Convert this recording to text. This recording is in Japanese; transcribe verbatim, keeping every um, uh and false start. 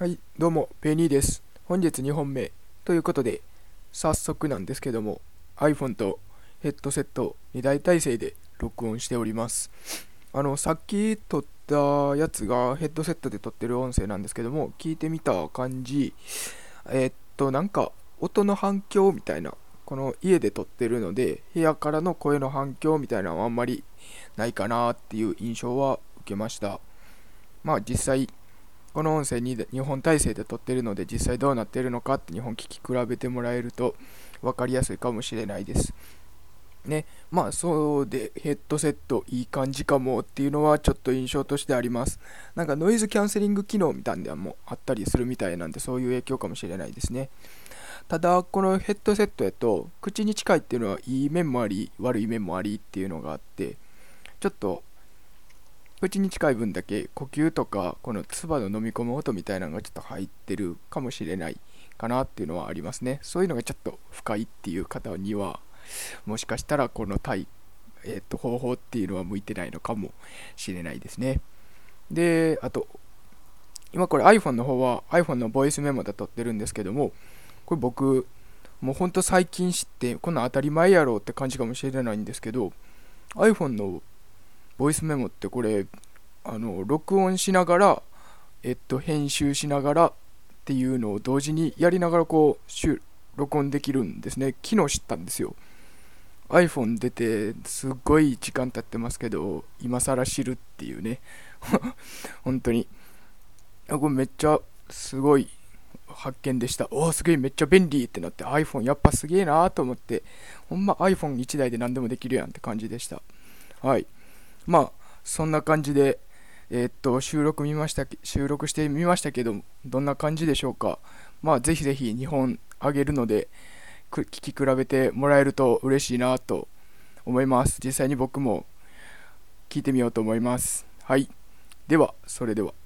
はい、どうも、ペニーです。本日にほんめということで、早速なんですけども、iPhone とヘッドセットにだい体制で録音しております。あの、さっき撮ったやつがヘッドセットで撮ってる音声なんですけども、聞いてみた感じ、えーっと、なんか、音の反響みたいな、この家で撮ってるので、部屋からの声の反響みたいなのはあんまりないかなっていう印象は受けました。まあ実際、この音声ににほん体制で撮ってるので実際どうなっているのかってにほん聞き比べてもらえると分かりやすいかもしれないですね。まあそうでヘッドセットいい感じかもっていうのはちょっと印象としてあります。なんかノイズキャンセリング機能みたいなのもあったりするみたいなんでそういう影響かもしれないですね。ただこのヘッドセットやと口に近いっていうのはいい面もあり悪い面もありっていうのがあって、ちょっと口に近い分だけ呼吸とかこの唾の飲み込む音みたいなのがちょっと入ってるかもしれないかなっていうのはありますね。そういうのがちょっと不快っていう方にはもしかしたらこの対、えー、と方法っていうのは向いてないのかもしれないですね。で、あと今これ iPhone の方は iPhone のボイスメモで撮ってるんですけども、これ僕もうほんと最近知ってこんなん当たり前やろうって感じかもしれないんですけど、 iPhone のボイスメモってこれあの録音しながら、えっと、編集しながらっていうのを同時にやりながらこうしゅ録音できるんですね。昨日知ったんですよ。 iPhone 出てすっごい時間経ってますけど今更知るっていうね。本当にこれめっちゃすごい発見でした。おおすげえめっちゃ便利ってなって iPhone やっぱすげえなーと思って、ほんま アイフォンいち 台で何でもできるやんって感じでした。はい。まあそんな感じでえーっと収録見ました収録してみましたけど、どんな感じでしょうか。まあぜひぜひにほんあげるので聞き比べてもらえると嬉しいなと思います。実際に僕も聞いてみようと思います。はい。ではそれでは。